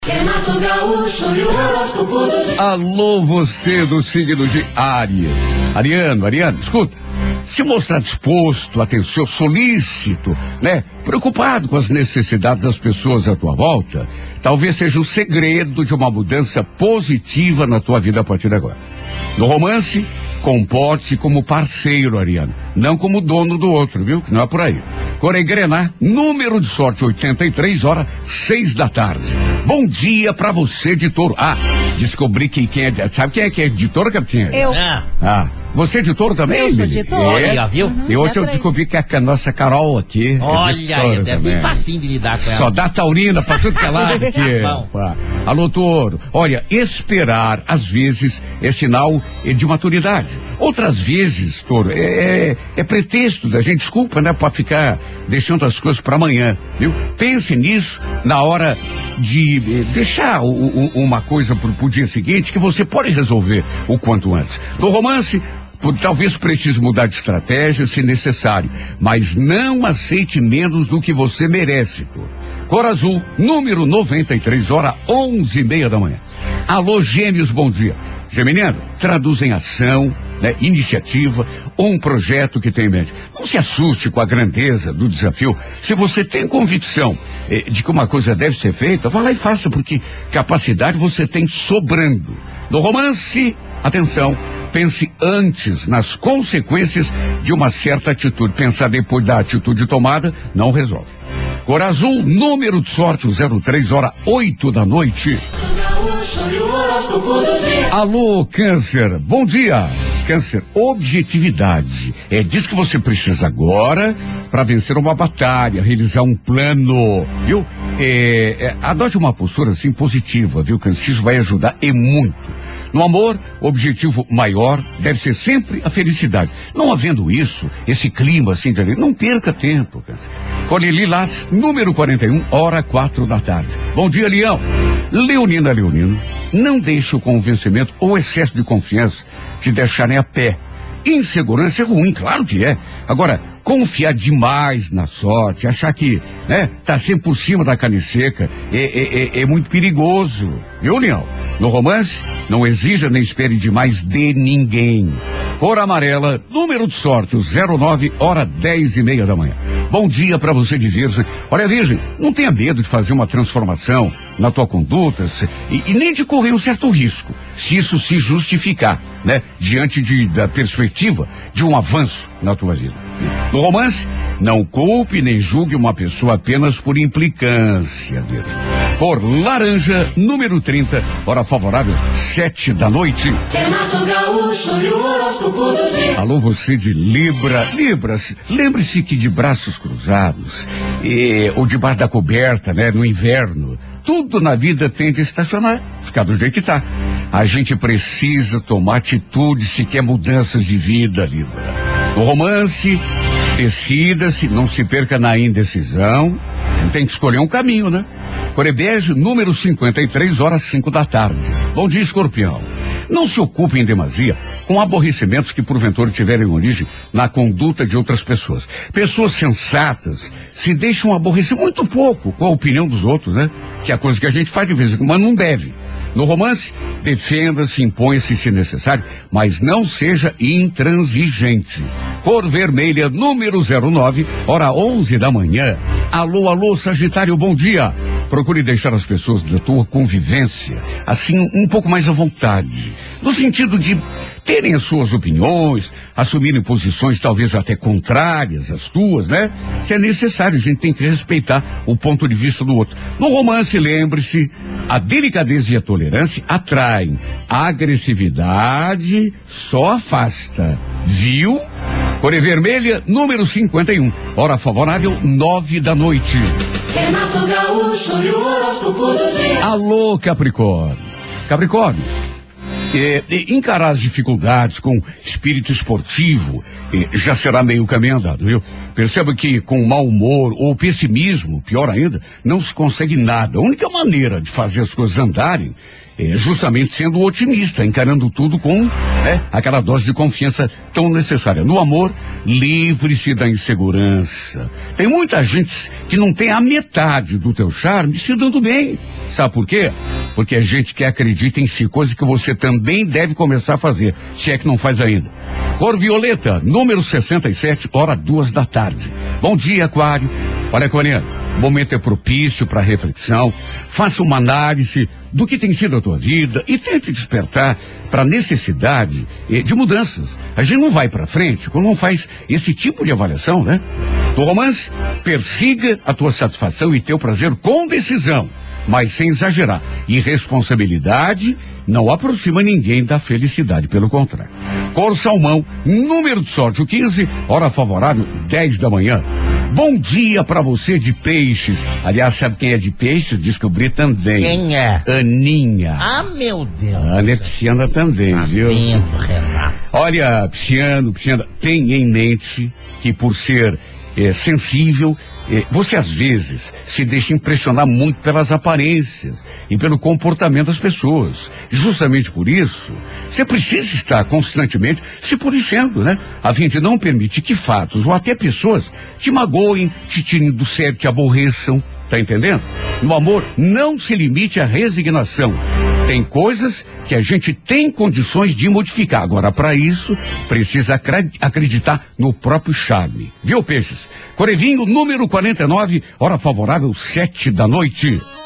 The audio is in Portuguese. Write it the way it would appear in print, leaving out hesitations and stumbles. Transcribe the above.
Renato Gaúcho e o horóscopo do dia. Alô, você do signo de Áries. Ariano, escuta. Se mostrar disposto, atenção, solícito, né? Preocupado com as necessidades das pessoas à tua volta, talvez seja o segredo de uma mudança positiva na tua vida a partir de agora. No romance, comporte-se como parceiro, Ariano, não como dono do outro, viu? Que não é por aí. Cor é grená, número de sorte 83, hora 6 da tarde. Bom dia pra você, de Touro. Descobri quem é. Sabe quem é de Touro, Capitinha? Eu. Você é de Touro também? Eu sou de Touro. Olha, viu? E hoje eu descobri que a nossa Carol aqui. Olha, é bem facinho de lidar com ela. Só dá taurina pra tudo que é lado aqui. Alô, Touro. Olha, esperar, às vezes, é sinal de maturidade. Outras vezes, Touro, é pretexto da gente, desculpa, né, pra ficar deixando as coisas pra amanhã, viu? Pense nisso na hora de deixar uma coisa pro dia seguinte que você pode resolver o quanto antes. No romance, talvez precise mudar de estratégia se necessário, mas não aceite menos do que você merece, Touro. Cor azul, número 93, hora 11:30 da manhã. Alô, Gêmeos, bom dia. Geminiano, traduz em ação, né, iniciativa, ou um projeto que tem em mente. Não se assuste com a grandeza do desafio. Se você tem convicção de que uma coisa deve ser feita, vá lá e faça, porque capacidade você tem sobrando. No romance, atenção, pense antes nas consequências de uma certa atitude. Pensar depois da atitude tomada não resolve. Cor azul, número de sorte 03, hora 8 da noite. Alô, Câncer, bom dia. Câncer, objetividade. É disso que você precisa agora para vencer uma batalha, realizar um plano, viu? Adote uma postura assim positiva, viu, Câncer? Isso vai ajudar e muito. No amor, o objetivo maior deve ser sempre a felicidade. Não havendo isso, esse clima assim, não perca tempo, Câncer. Cor lilás, número 41, hora 4 da tarde. Bom dia, Leão. Leonina, Leonino, não deixe o convencimento ou excesso de confiança te deixarem a pé. Insegurança é ruim, claro que é. Agora, confiar demais na sorte, achar que, né, tá sempre por cima da carne seca, é muito perigoso. Viu, Leão? No romance, não exija nem espere demais de ninguém. Cor amarela, número de sorte, 09, hora 10:30 da manhã. Bom dia pra você de Virgem. Olha, Virgem, não tenha medo de fazer uma transformação na tua conduta e nem de correr um certo risco, se isso se justificar, né? Diante da perspectiva de um avanço na tua vida. No romance, não culpe nem julgue uma pessoa apenas por implicância, Virgem. Cor laranja, número 30, hora favorável, 7 da noite. Renato Gaúcho e o horóscopo do dia. Alô, você de Libra. Libras, lembre-se que de braços cruzados, ou debaixo da coberta, né, no inverno, tudo na vida tende a estacionar, ficar do jeito que tá. A gente precisa tomar atitude se quer mudanças de vida, Libra. No romance, decida-se, não se perca na indecisão. Tem que escolher um caminho, né? Corebege, número 53, horas 5 da tarde. Bom dia, Escorpião. Não se ocupe em demasia com aborrecimentos que porventura tiverem origem na conduta de outras pessoas. Pessoas sensatas se deixam aborrecer muito pouco com a opinião dos outros, né? Que é a coisa que a gente faz de vez em quando, mas não deve. No romance, defenda-se, imponha-se se necessário, mas não seja intransigente. Cor vermelha, número 09, hora 11 da manhã. Alô, Sagitário, bom dia. Procure deixar as pessoas da tua convivência, assim, um pouco mais à vontade. No sentido de terem as suas opiniões, assumirem posições talvez até contrárias às tuas, né? Se é necessário, a gente tem que respeitar o ponto de vista do outro. No romance, lembre-se, a delicadeza e a tolerância atraem. A agressividade só afasta. Viu? Cor vermelha, número 51. Hora favorável, 9 da noite. Renato Gaúcho e o horóscopo do dia. Alô, Capricórnio. Capricórnio, encarar as dificuldades com espírito esportivo já será meio caminho andado, viu? Perceba que com mau humor ou pessimismo, pior ainda, não se consegue nada. A única maneira de fazer as coisas andarem é justamente sendo otimista, encarando tudo com aquela dose de confiança tão necessária. No amor, livre-se da insegurança. Tem muita gente que não tem a metade do teu charme se dando bem. Sabe por quê? Porque a gente que acredita em si, coisa que você também deve começar a fazer, se é que não faz ainda. Cor violeta, número 67, hora 2h. Bom dia, Aquário. Olha, Aquariano, o momento é propício para reflexão. Faça uma análise do que tem sido a tua vida e tente despertar para a necessidade de mudanças. A gente não vai para frente quando não faz esse tipo de avaliação, né? Do romance, persiga a tua satisfação e teu prazer com decisão, mas sem exagerar. Irresponsabilidade não aproxima ninguém da felicidade, pelo contrário. Cor salmão, número de sorte, o 15, hora favorável, 10 da manhã. Bom dia pra você de peixes. Aliás, sabe quem é de peixes? Descobri também. Quem é? Aninha. Ah, meu Deus. A Ana é pisciana também, viu? Vendo, Renato. Olha, pisciana, tenha em mente que por ser sensível, você às vezes se deixa impressionar muito pelas aparências e pelo comportamento das pessoas. Justamente por isso, você precisa estar constantemente se policiando, né? A fim de não permitir que fatos ou até pessoas te magoem, te tirem do sério, te aborreçam. Tá entendendo? No amor, não se limite à resignação. Tem coisas que a gente tem condições de modificar. Agora, para isso, precisa acreditar no próprio charme. Viu, peixes? Corevinho, número 49, hora favorável, 7 da noite.